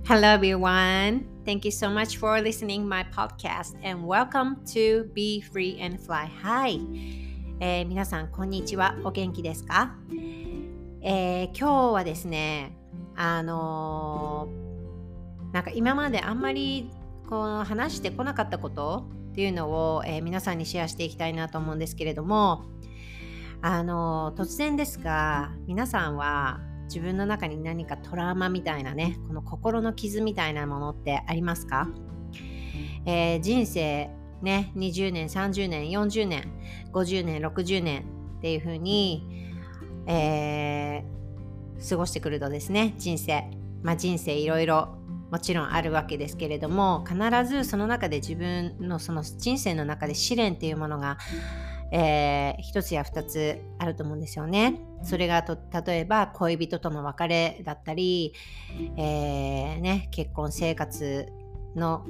Hello everyone. Thank you so much for listening my podcast and welcome to Be Free and Fly High、皆さんこんにちは。お元気ですか？今日はですね、なんか今まであんまりこう話してこなかったことっていうのを、皆さんにシェアしていきたいなと思うんですけれども、突然ですが、皆さんは自分の中に何かトラウマみたいなね、この心の傷みたいなものってありますか？人生ね、20年、30年、40年、50年、60年っていう風に、過ごしてくるとですね、人生いろいろもちろんあるわけですけれども、必ずその中で自分のその人生の中で試練っていうものが一つや二つあると思うんですよね。それが例えば恋人との別れだったり、結婚生活の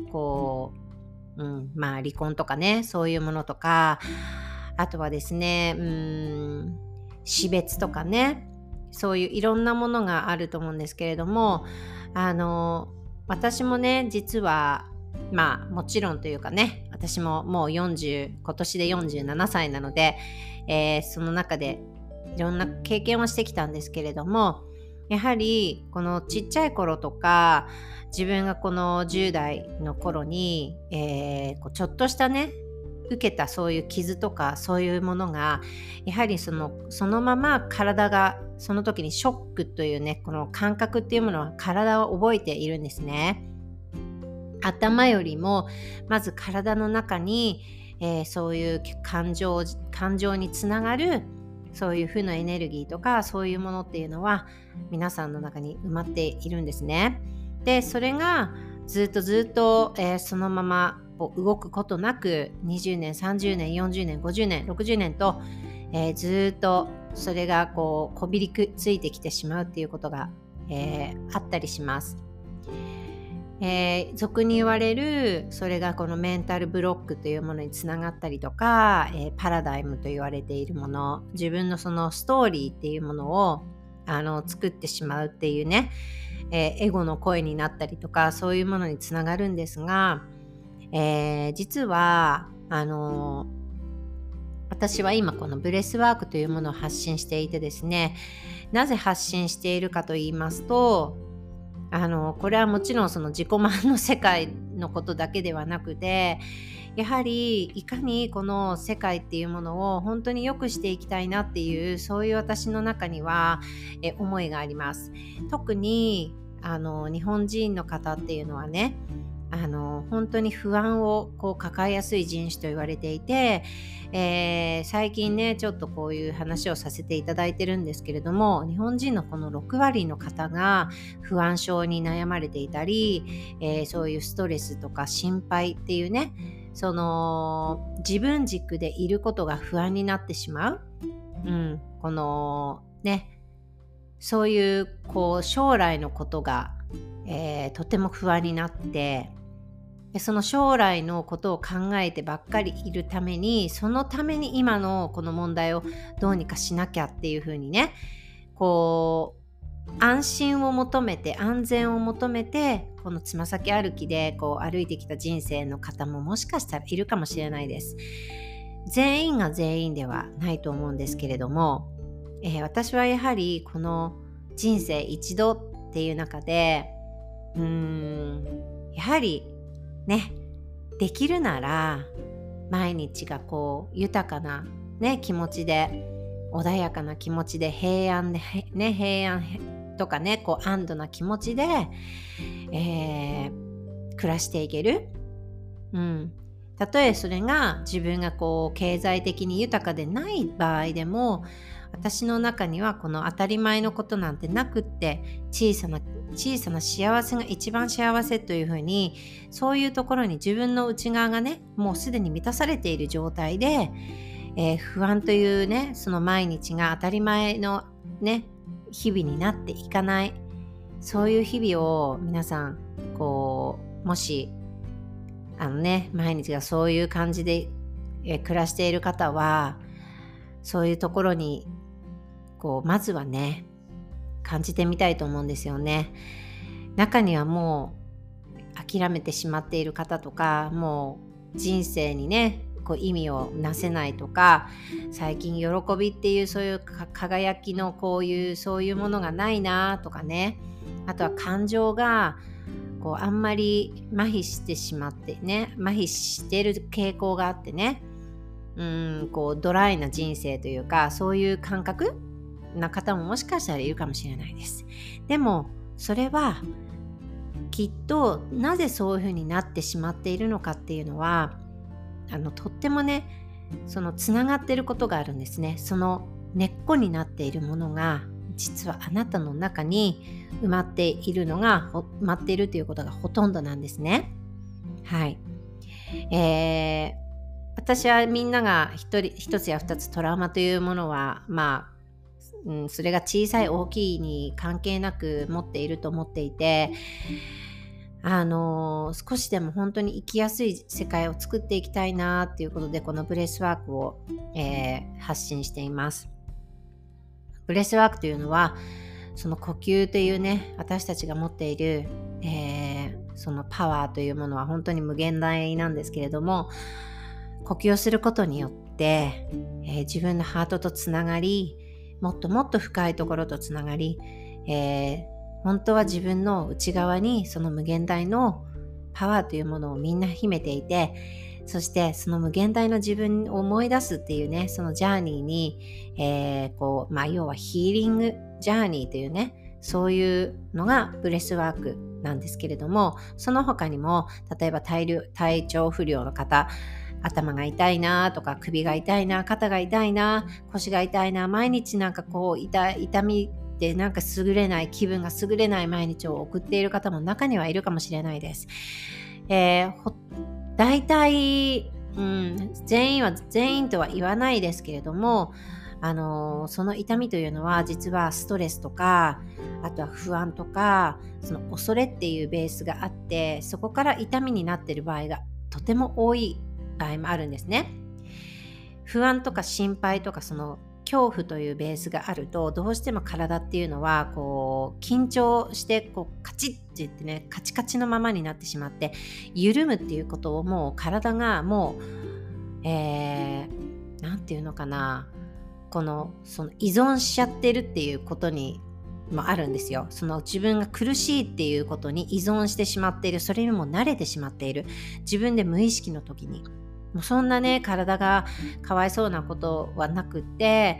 離婚とかね、そういうものとか、あとはですね、死別とかね、そういういろんなものがあると思うんですけれども、私もね、実はもちろんというかね、私ももう今年で47歳なので、その中でいろんな経験をしてきたんですけれども、やはりこのちっちゃい頃とか、自分がこの10代の頃に、ちょっとしたね、受けたそういう傷とかそういうものが、やはりそのまま体がその時にショックというね、この感覚っていうものは体を覚えているんですね。頭よりもまず体の中に、そういう感情につながるそういう負のエネルギーとかそういうものっていうのは皆さんの中に埋まっているんですね。で、それがずっと、そのまま動くことなく20年、30年、40年、50年、60年と、ずっとそれがこびりついてきてしまうっていうことが、あったりします。俗に言われるそれがこのメンタルブロックというものにつながったりとか、パラダイムと言われているもの、自分のそのストーリーっていうものを作ってしまうっていうね、エゴの声になったりとか、そういうものにつながるんですが、実は私は今このブレスワークというものを発信していてですね、なぜ発信しているかと言いますと、これはもちろんその自己満の世界のことだけではなくて、やはりいかにこの世界っていうものを本当に良くしていきたいなっていう、そういう私の中には思いがあります。特に日本人の方っていうのはね、本当に不安を抱えやすい人種と言われていて、最近ねちょっとこういう話をさせていただいてるんですけれども、日本人のこの6割の方が不安症に悩まれていたり、そういうストレスとか心配っていうね、その自分軸でいることが不安になってしまう、このね、そういう将来のことが、とても不安になって、その将来のことを考えてばっかりいるために、そのために今のこの問題をどうにかしなきゃっていうふうにね、安心を求めて、安全を求めて、このつま先歩きで歩いてきた人生の方ももしかしたらいるかもしれないです。全員が全員ではないと思うんですけれども、私はやはりこの人生一度っていう中で、やはりね、できるなら毎日が豊かな、ね、気持ちで、穏やかな気持ちで、平安とかね、安堵な気持ちで、暮らしていける。たとえそれが自分が経済的に豊かでない場合でも、私の中にはこの当たり前のことなんてなくって、小さな幸せが一番幸せというふうに、そういうところに自分の内側がね、もうすでに満たされている状態で、不安というね、その毎日が当たり前のね、日々になっていかない、そういう日々を皆さんもし毎日がそういう感じで、暮らしている方は、そういうところにまずはね感じてみたいと思うんですよね。 中にはもう諦めてしまっている方とか、もう人生にねこう意味をなせないとか、最近喜びっていうそういう輝きのそういうものがないなとかね、あとは感情がこうあんまり麻痺してしまってね、麻痺している傾向があってね、こうドライな人生というか、そういう感覚な方ももしかしたらいるかもしれないです。でもそれはきっとなぜそういうふうになってしまっているのかっていうのは、とってもねそのつながっていることがあるんですね。その根っこになっているものが実はあなたの中に埋まっているということがほとんどなんですね。はい。私はみんなが一つや二つトラウマというものはそれが小さい大きいに関係なく持っていると思っていて、少しでも本当に生きやすい世界を作っていきたいなっていうことで、このブレスワークを、発信しています。ブレスワークというのはその呼吸というね、私たちが持っている、そのパワーというものは本当に無限大なんですけれども、呼吸をすることによって、自分のハートとつながり、もっともっと深いところとつながり、本当は自分の内側にその無限大のパワーというものをみんな秘めていて、そしてその無限大の自分を思い出すっていうね、そのジャーニーに、要はヒーリングジャーニーというね、そういうのがブレスワークなんですけれども、その他にも例えば体調不良の方、頭が痛いなとか、首が痛いな、肩が痛いな、腰が痛いな、毎日なんかこう痛みでなんか気分が優れない毎日を送っている方も中にはいるかもしれないです。大体、全員とは言わないですけれども、その痛みというのは実はストレスとか、あとは不安とか、その恐れっていうベースがあって、そこから痛みになっている場合がとても多い場合もあるんですね。不安とか心配とか、その恐怖というベースがあると、どうしても体っていうのはこう緊張してこうカチッって言ってね、カチカチのままになってしまって、緩むっていうことをもう体がもう、なんていうのかな、その依存しちゃってるっていうことにもあるんですよ。その自分が苦しいっていうことに依存してしまっている、それにも慣れてしまっている、自分で無意識の時にもうそんなね体がかわいそうなことはなくって、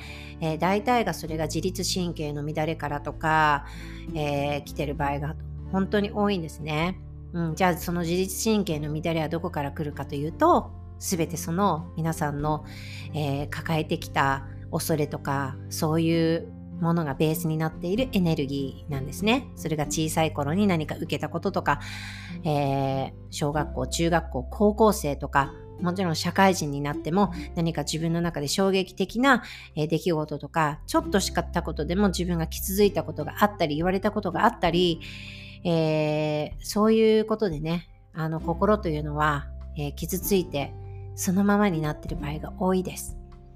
大体がそれが自律神経の乱れからとか、来てる場合が本当に多いんですね。じゃあその自律神経の乱れはどこから来るかというと、全てその皆さんの、抱えてきた恐れとか、そういうものがベースになっているエネルギーなんですね。それが小さい頃に何か受けたこととか、小学校、中学校、高校生とか、もちろん社会人になっても何か自分の中で衝撃的な出来事とか、ちょっとしかったことでも自分が傷ついたことがあったり、言われたことがあったり、そういうことでね、心というのは、傷ついてそのままになっている場合が多いです。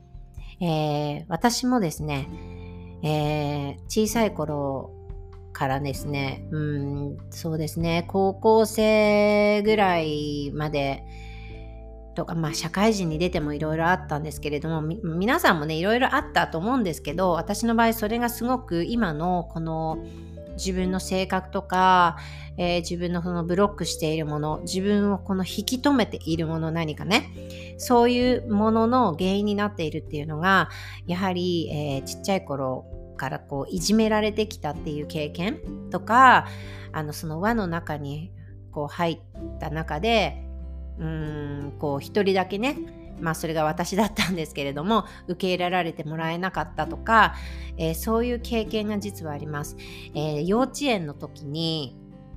私もですね、小さい頃からですね、そうですね、高校生ぐらいまでとか、社会人に出てもいろいろあったんですけれども、皆さんもねいろいろあったと思うんですけど、私の場合それがすごく今のこの自分の性格とか、自分のそのブロックしているもの、自分をこの引き止めているもの、何かね、そういうものの原因になっているっていうのが、やはり、ちっちゃい頃からこういじめられてきたっていう経験とか、その輪の中にこう入った中で、こう一人だけね、それが私だったんですけれども、受け入れられてもらえなかったとか、そういう経験が実はあります。幼稚園の時に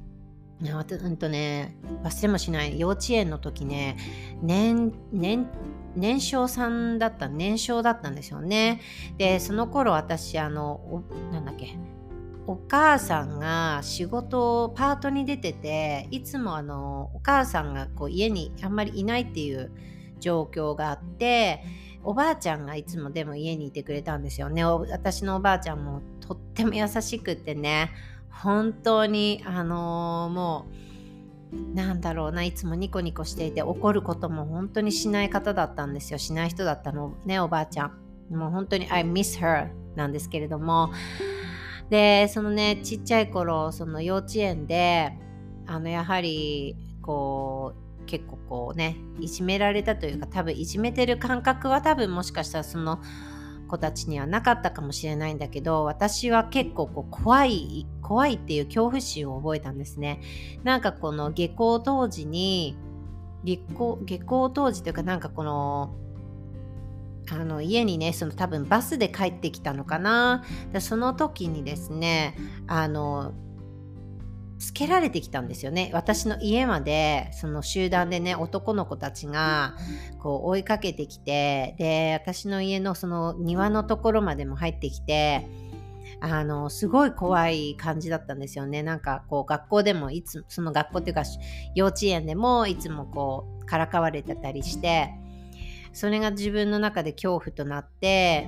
忘れもしない、幼稚園の時ね、年少だったんですよね。で、その頃私お母さんがパートに出てて、いつもお母さんがこう家にあんまりいないっていう状況があって、おばあちゃんがいつもでも家にいてくれたんですよね。私のおばあちゃんもとっても優しくってね、 本当にもうなんだろうな、いつもニコニコしていて怒ることも本当にしない方だったんですよ。しない人だったのね、おばあちゃん。もう本当に I miss her なんですけれども、でそのね、ちっちゃい頃その幼稚園でやはりこう結構こうね、いじめられたというか、多分いじめてる感覚は多分もしかしたらその子たちにはなかったかもしれないんだけど、私は結構こう怖いっていう恐怖心を覚えたんですね。なんかこの下校当時というか、なんかこの家にね、その多分バスで帰ってきたのかな。でその時にですね、つけられてきたんですよね。私の家までその集団でね、男の子たちがこう追いかけてきて、で私の家のその庭のところまでも入ってきて、すごい怖い感じだったんですよね。なんかこう学校でもその学校っていうか幼稚園でもいつもこうからかわれてたりして、それが自分の中で恐怖となって、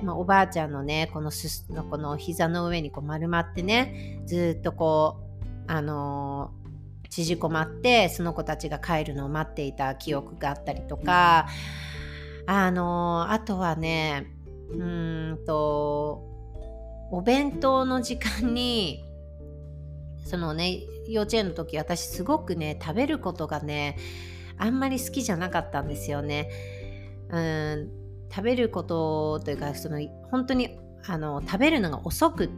おばあちゃんのね、この膝の上にこう丸まってね、ずっとこう縮こまってその子たちが帰るのを待っていた記憶があったりとか、あとはね、お弁当の時間にそのね、幼稚園の時私すごくね、食べることがねあんまり好きじゃなかったんですよね。食べることというか、その本当に食べるのが遅くって、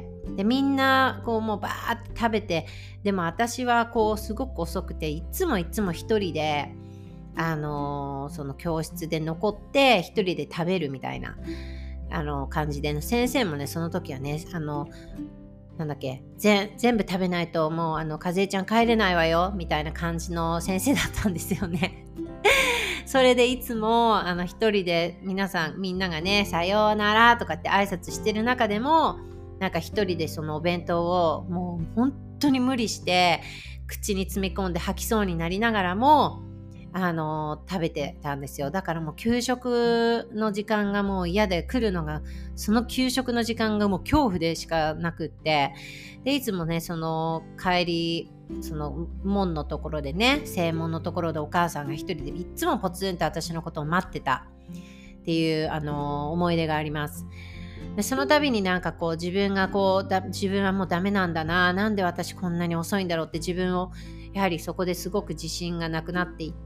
でみんなこうもうバーって食べて、でも私はこうすごく遅くて、いつも一人でその教室で残って一人で食べるみたいな感じで、先生もねその時はねなんだっけ、全部食べないともう和江ちゃん帰れないわよみたいな感じの先生だったんですよね。それでいつも一人でみんながねさようならとかって挨拶してる中でも、なんか一人でそのお弁当をもう本当に無理して口に詰め込んで吐きそうになりながらも食べてたんですよ。だからもう給食の時間がもう嫌で、来るのがその給食の時間がもう恐怖でしかなくって、でいつもねその帰り、その門のところでね、正門のところでお母さんが一人でいつもポツンと私のことを待ってたっていう思い出があります。でその度になんかこう自分はもうダメなんだな、なんで私こんなに遅いんだろうって、自分をやはりそこですごく自信がなくなっていって、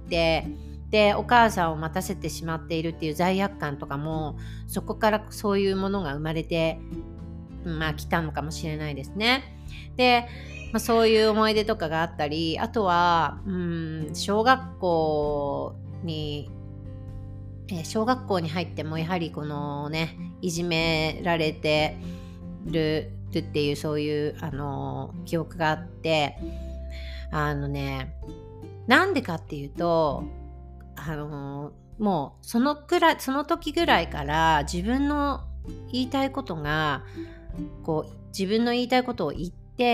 でお母さんを待たせてしまっているっていう罪悪感とかも、そこからそういうものが生まれて来たのかもしれないですね。で、そういう思い出とかがあったり、あとは小学校に入ってもやはりこのね、いじめられてるっていうそういう記憶があって、なんでかっていうともうその時ぐらいから自分の言いたいことが自分の言いたいことを言って、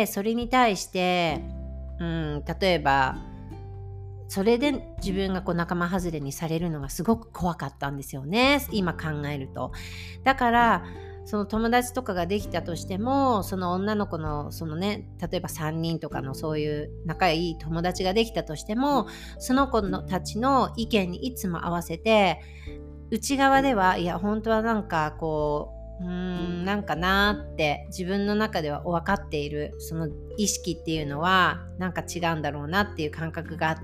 それに対して例えばそれで自分が仲間外れにされるのがすごく怖かったんですよね、今考えると。だからその友達とかができたとしても、その女の子のそのね、例えば3人とかのそういう仲いい友達ができたとしても、その子たちの意見にいつも合わせて、内側ではいや本当はなんかなんかなって自分の中では分かっている、その意識っていうのはなんか違うんだろうなっていう感覚があって、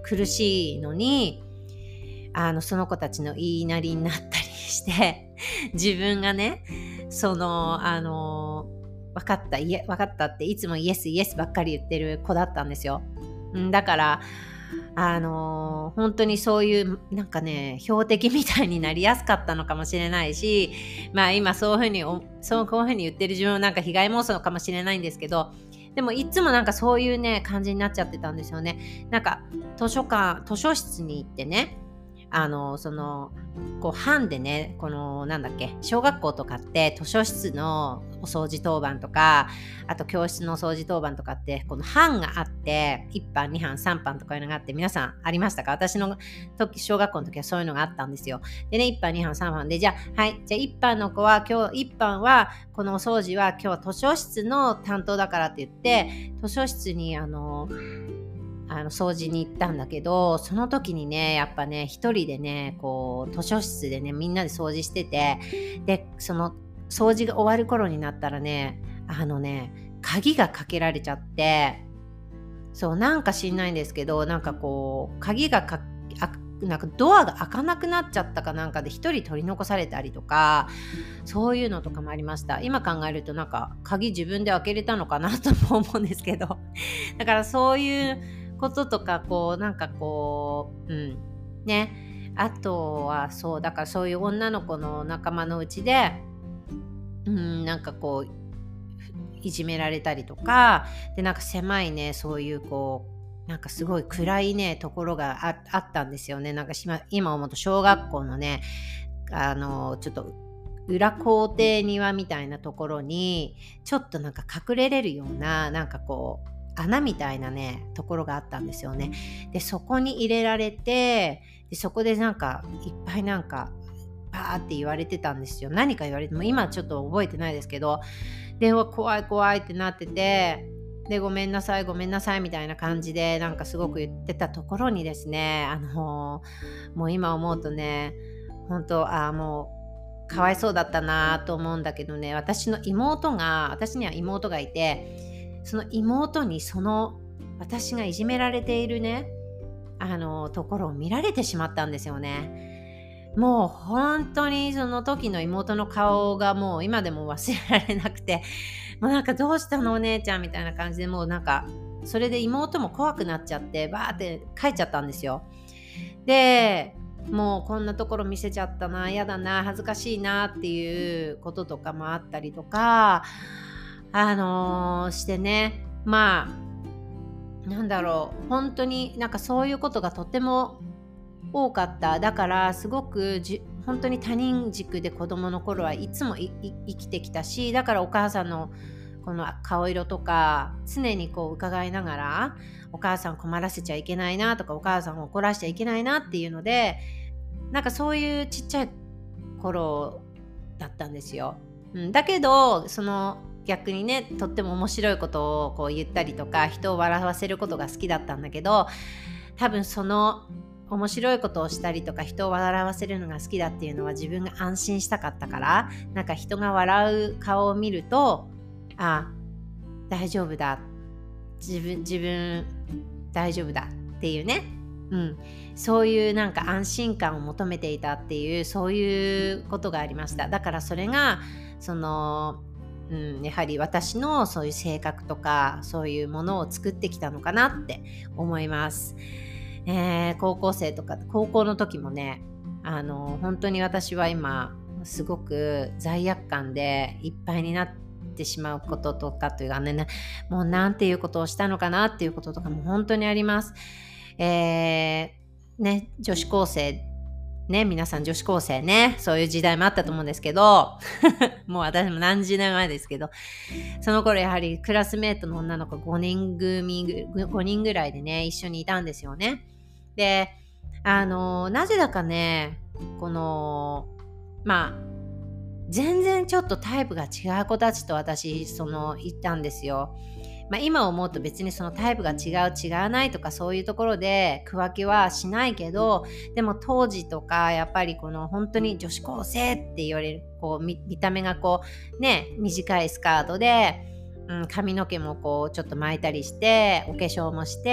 苦しいのにその子たちの言いなりになったりして自分がね分かったっていつもイエスイエスばっかり言ってる子だったんですよ。だから本当にそういうなんかね、標的みたいになりやすかったのかもしれないし、今こういうふうに言ってる自分はなんか被害妄想かもしれないんですけど、でもいつもなんかそういうね感じになっちゃってたんですよね。なんか図書室に行ってね、 こう班でね、このなんだっけ、小学校とかって図書室のお掃除当番とか、あと教室のお掃除当番とかってこの班があって、1班2班3班とかいうのがあって、皆さんありましたか？私の時、小学校の時はそういうのがあったんですよ。でね、1班2班3班で、じゃあ1班の子は今日1班はこのお掃除は今日は図書室の担当だからって言って、図書室に掃除に行ったんだけど、その時にね、やっぱね、一人でね、こう図書室でね、みんなで掃除してて、でその掃除が終わる頃になったらね、鍵がかけられちゃって、そう、なんか知んないんですけど、なんかこう鍵がなんかドアが開かなくなっちゃったかなんかで一人取り残されたりとか、そういうのとかもありました。今考えるとなんか鍵自分で開けれたのかなとも思うんですけど、だからそういうこととか、こうなんかこう、ね、あとはそうだから、そういう女の子の仲間のうちで、なんかこういじめられたりとかで、なんか狭いね、そういうこうなんかすごい暗いねところがあったんですよね。なんか今思うと小学校のね、ちょっと裏校庭庭みたいなところにちょっとなんか隠れれるような、なんかこう穴みたいなねところがあったんですよね。でそこに入れられて、でそこでなんかいっぱいなんかバーって言われてたんですよ。何か言われても今ちょっと覚えてないですけど、で怖い怖いってなってて、でごめんなさいごめんなさいみたいな感じでなんかすごく言ってたところにですね、もう今思うとね、本当もうかわいそうだったなと思うんだけどね、私には妹がいて、その妹に私がいじめられているねところを見られてしまったんですよね。もう本当にその時の妹の顔がもう今でも忘れられなくて、もうなんかどうしたのお姉ちゃんみたいな感じで、もうなんかそれで妹も怖くなっちゃってバーって帰っちゃったんですよ。でもうこんなところ見せちゃったな、やだな、恥ずかしいなっていうこととかもあったりとかしてね、なんだろう、本当になんかそういうことがとても多かった。だからすごく本当に他人軸で子供の頃はいつも生きてきたし、だからお母さんのこの顔色とか常にこう伺いながら、お母さん困らせちゃいけないなとか、お母さんを怒らせちゃいけないなっていうので、なんかそういうちっちゃい頃だったんですよ。だけど逆にね、とっても面白いことをこう言ったりとか人を笑わせることが好きだったんだけど、多分その面白いことをしたりとか人を笑わせるのが好きだっていうのは自分が安心したかったから、なんか人が笑う顔を見ると、大丈夫だ、自分大丈夫だっていうね、そういうなんか安心感を求めていたっていう、そういうことがありました。だからそれがやはり私のそういう性格とかそういうものを作ってきたのかなって思います。高校の時もね、本当に私は今すごく罪悪感でいっぱいになってしまうこととかというかね、もうなんていうことをしたのかなっていうこととかも本当にあります。女子高生ね、皆さん女子高生ね、そういう時代もあったと思うんですけどもう私も何十年前ですけど、その頃やはりクラスメートの女の子5人ぐらいでね一緒にいたんですよね。でなぜだかね、全然ちょっとタイプが違う子たちと私いたんですよ。今思うと別にそのタイプが違わないとかそういうところで区分けはしないけど、でも当時とかやっぱり本当に女子高生って言われる見た目が短いスカートで、髪の毛もちょっと巻いたりしてお化粧もして、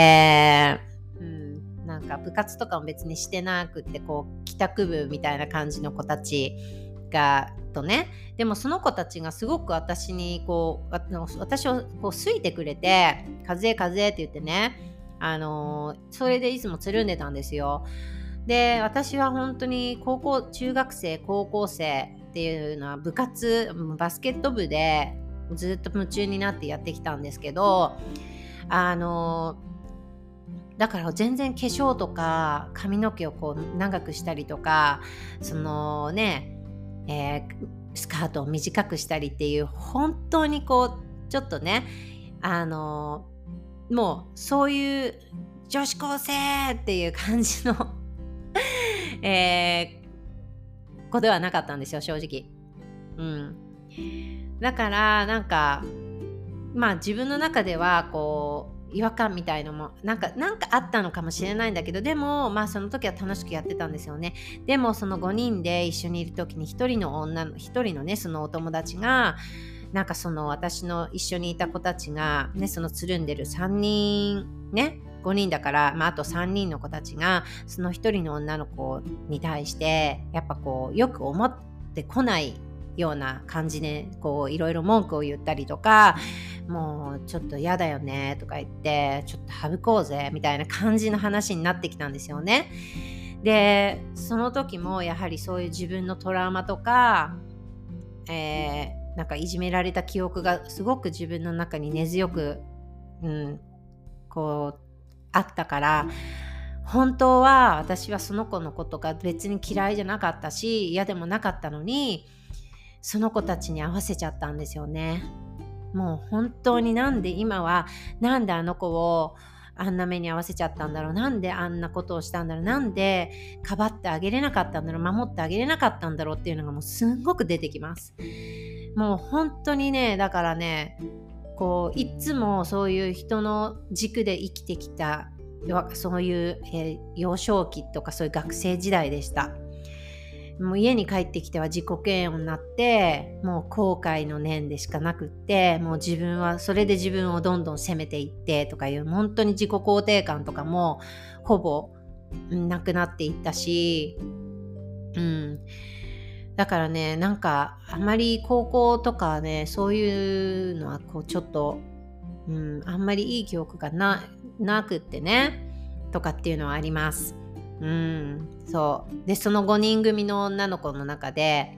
なんか部活とかも別にしてなくって帰宅部みたいな感じの子たちとね、でもその子たちがすごく私に私を好いてくれて、風って言ってね、それでいつもつるんでたんですよ。で私は本当に中学生高校生っていうのはバスケット部でずっと夢中になってやってきたんですけど、 だから全然化粧とか髪の毛をこう長くしたりとか、そのね、スカートを短くしたりっていう、本当にこうちょっとね、もうそういう女子高生っていう感じの子ではなかったんですよ、正直。うん。だからなんか、まあ自分の中ではこう違和感みたいのもなんかあったのかもしれないんだけど、でもまあその時は楽しくやってたんですよね。でもその5人で一緒にいる時に一人のね、そのお友達が、なんかその私の一緒にいた子たちがね、そのつるんでる3人ね、5人だから、まあ、あと3人の子たちがその1人の女の子に対してやっぱこうよく思ってこないような感じでこういろいろ文句を言ったりとか、もうちょっと嫌だよねとか言って、ちょっと省こうぜみたいな感じの話になってきたんですよね。でその時もやはりそういう自分のトラウマとか、なんかいじめられた記憶がすごく自分の中に根強く、こうあったから、本当は私はその子のことが別に嫌いじゃなかったし嫌でもなかったのに、その子たちに合わせちゃったんですよね。もう本当になんであの子をあんな目に合わせちゃったんだろう、なんであんなことをしたんだろう、なんでかばってあげれなかったんだろう、守ってあげれなかったんだろうっていうのがもうすんごく出てきます。もう本当にね、だからね、こういつもそういう人の軸で生きてきた、そういう、幼少期とかそういう学生時代でした。もう家に帰ってきては自己嫌悪になって、もう後悔の念でしかなくって、もう自分はそれで自分をどんどん責めていってとかいう、本当に自己肯定感とかもほぼなくなっていったし、だからね、なんかあまり高校とかね、そういうのはこうちょっと、あんまりいい記憶がなくってねとかっていうのはあります。そうで、その5人組の女の子の中で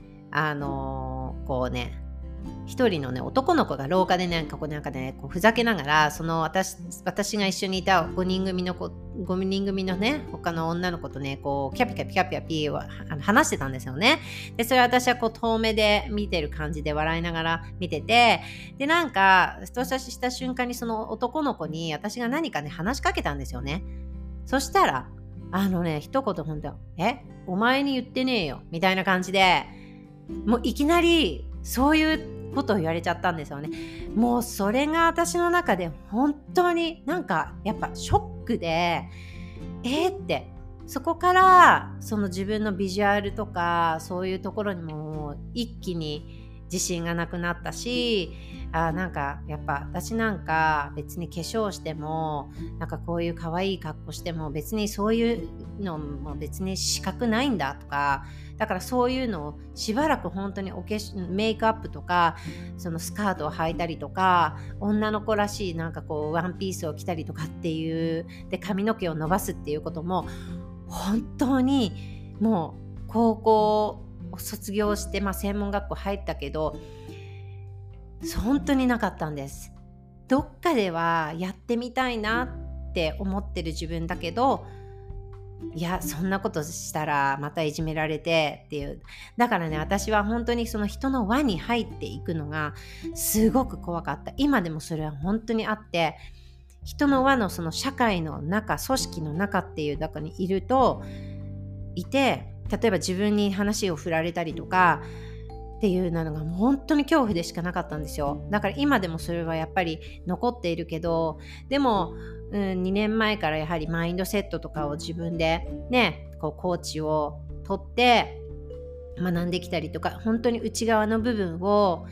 こうね、一人のね男の子が廊下でこうふざけながら、その私が一緒にいた5人組のね他の女の子とね、こうキャピキャピキャピキャピは話してたんですよね。でそれは私はこう遠目で見てる感じで笑いながら見てて、でなんかふとした瞬間にその男の子に私が何かね話しかけたんですよね。そしたら一言本当、お前に言ってねえよみたいな感じで、もういきなりそういうことを言われちゃったんですよね。もうそれが私の中で本当になんかやっぱショックで、ってそこからその自分のビジュアルとかそういうところにも一気に自信がなくなったし、なんかやっぱ私なんか別に化粧してもなんかこういう可愛い格好しても別にそういうのも別に資格ないんだとか、だからそういうのをしばらく本当にメイクアップとかそのスカートを履いたりとか、女の子らしいなんかこうワンピースを着たりとかっていうで髪の毛を伸ばすっていうことも本当にもう高校を卒業して、専門学校入ったけど本当になかったんです。どっかではやってみたいなって思ってる自分だけど、いやそんなことしたらまたいじめられてっていう、だからね私は本当にその人の輪に入っていくのがすごく怖かった。今でもそれは本当にあって、人の輪のその社会の中、組織の中っていう中にいて、例えば自分に話を振られたりとかっていうのが本当に恐怖でしかなかったんですよ。だから今でもそれはやっぱり残っているけど、でも、2年前からやはりマインドセットとかを自分でね、こうコーチを取って学んできたりとか、本当に内側の部分を、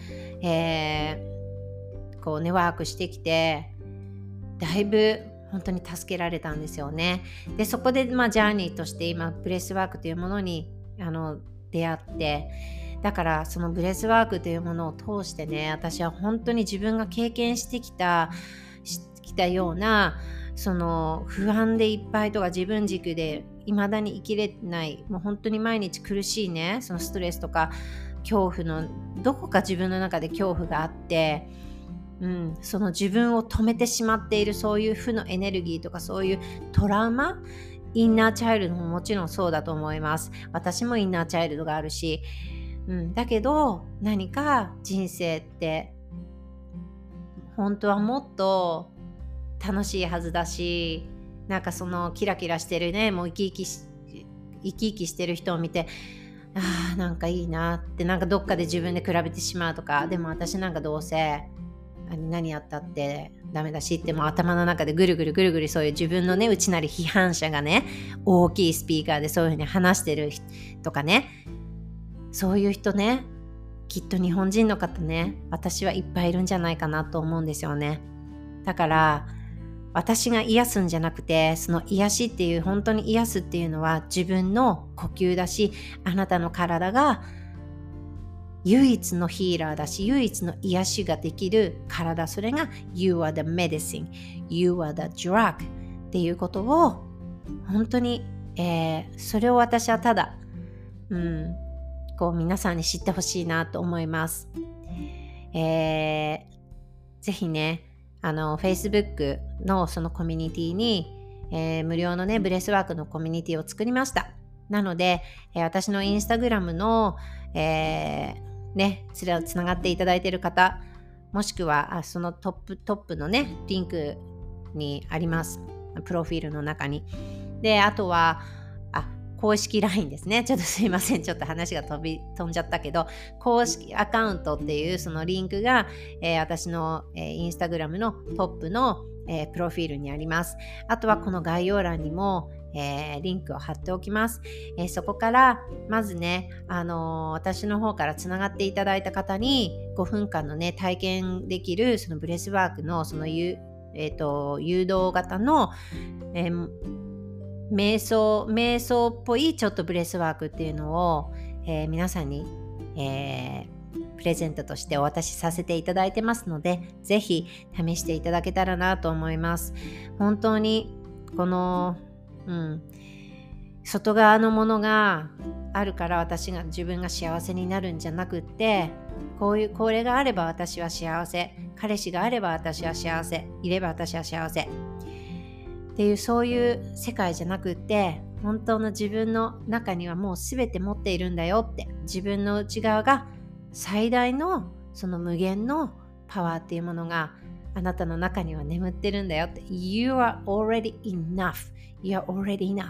こうねワークしてきて、だいぶ本当に助けられたんですよね。でそこでジャーニーとして今ブレスワークというものに出会って、だからそのブレスワークというものを通してね、私は本当に自分が経験してきたようなその不安でいっぱいとか自分軸で未だに生きれない、もう本当に毎日苦しいね、そのストレスとか恐怖のどこか自分の中で恐怖があって、 その自分を止めてしまっているそういう負のエネルギーとかそういうトラウマ、インナーチャイルドももちろんそうだと思います。私もインナーチャイルドがあるし、だけど何か人生って本当はもっと楽しいはずだし、なんかそのキラキラしてるね、もう生き生きしてる人を見て、なんかいいなって、なんかどっかで自分で比べてしまうとか、でも私なんかどうせ何やったってダメだしって、もう頭の中でぐるぐるそういう自分のね、内なる批判者がね、大きいスピーカーでそういうふうに話してる人とかね、そういう人ね、きっと日本人の方ね、私はいっぱいいるんじゃないかなと思うんですよね。だから私が癒すんじゃなくて、その癒しっていう、本当に癒すっていうのは自分の呼吸だし、あなたの体が唯一のヒーラーだし、唯一の癒しができる体、それが You are the medicine, You are the drug っていうことを本当に、それを私はただ、こう皆さんに知ってほしいなと思います。ぜひね、Facebook のそのコミュニティに、無料のね、ブレスワークのコミュニティを作りました。なので、私のインスタグラムの、つながっていただいている方、もしくはそのトップのね、リンクにあります。プロフィールの中に。で、あとは、公式 LINE ですね。ちょっとすいません。ちょっと話が飛んじゃったけど、公式アカウントっていうそのリンクが、私の、インスタグラムのトップの、プロフィールにあります。あとはこの概要欄にも、リンクを貼っておきます。そこからまずね、私の方からつながっていただいた方に5分間のね、体験できるそのブレスワークのその誘導型の、瞑想っぽいちょっとブレスワークっていうのを、皆さんに、プレゼントとしてお渡しさせていただいてますので、ぜひ試していただけたらなと思います。本当にこの、外側のものがあるから自分が幸せになるんじゃなくって、これがあれば私は幸せ、彼氏があれば私は幸せ、いれば私は幸せっていう、そういう世界じゃなくって、本当の自分の中にはもう全て持っているんだよって、自分の内側が最大のその無限のパワーっていうものがあなたの中には眠ってるんだよって。 You are already enough. You are already enough.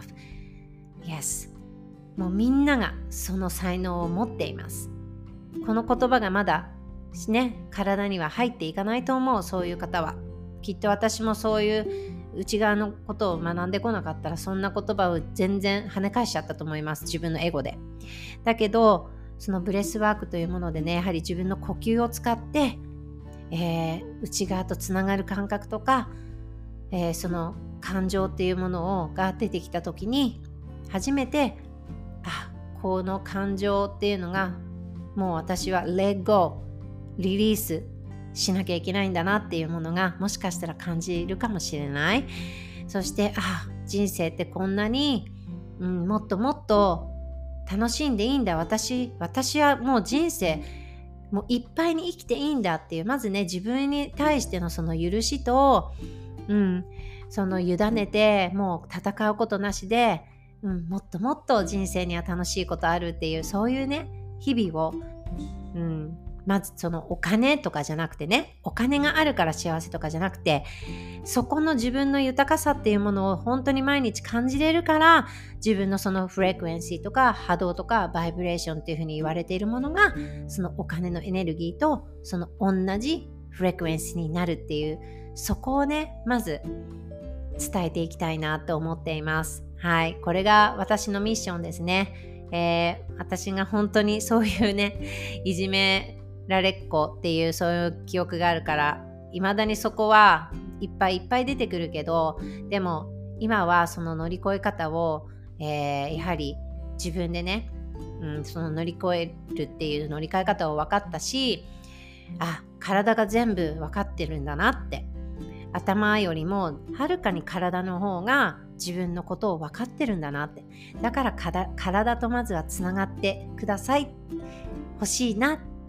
Yes. もうみんながその才能を持っています。この言葉がまだね、体には入っていかないと思う。そういう方はきっと、私もそういう内側のことを学んでこなかったら、そんな言葉を全然跳ね返しちゃったと思います。自分のエゴで。だけどそのブレスワークというものでね、やはり自分の呼吸を使って、内側とつながる感覚とか、その感情っていうものが出てきた時に初めて、この感情っていうのがもう私はlet go、リリースしなきゃいけないんだなっていうものがもしかしたら感じるかもしれない。そして人生ってこんなに、もっともっと楽しんでいいんだ、私はもう人生もういっぱいに生きていいんだっていう、まずね、自分に対してのその許しと、その委ねて、もう戦うことなしで、もっともっと人生には楽しいことあるっていう、そういうね、日々を、まずそのお金とかじゃなくてね、お金があるから幸せとかじゃなくて、そこの自分の豊かさっていうものを本当に毎日感じれるから、自分のそのフレクエンシーとか波動とかバイブレーションっていうふうに言われているものが、そのお金のエネルギーとその同じフレクエンシーになるっていう、そこをね、まず伝えていきたいなと思っています。はい、これが私のミッションですね。私が本当にそういうね、いじめられっ子っていうそういう記憶があるから、未だにそこはいっぱいいっぱい出てくるけど、でも今はその乗り越え方を、やはり自分でね、その乗り越えるっていう乗り換え方を分かったし、体が全部分かってるんだなって、頭よりもはるかに体の方が自分のことを分かってるんだなって、だから体とまずはつながってください、欲しいなっ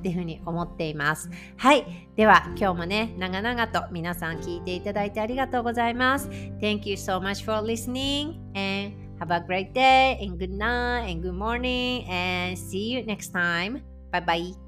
っていうふうに思っています。はい。では、今日もね、長々と皆さん聞いていただいてありがとうございます。Thank you so much for listening and have a great day and good night and good morning and see you next time. Bye bye.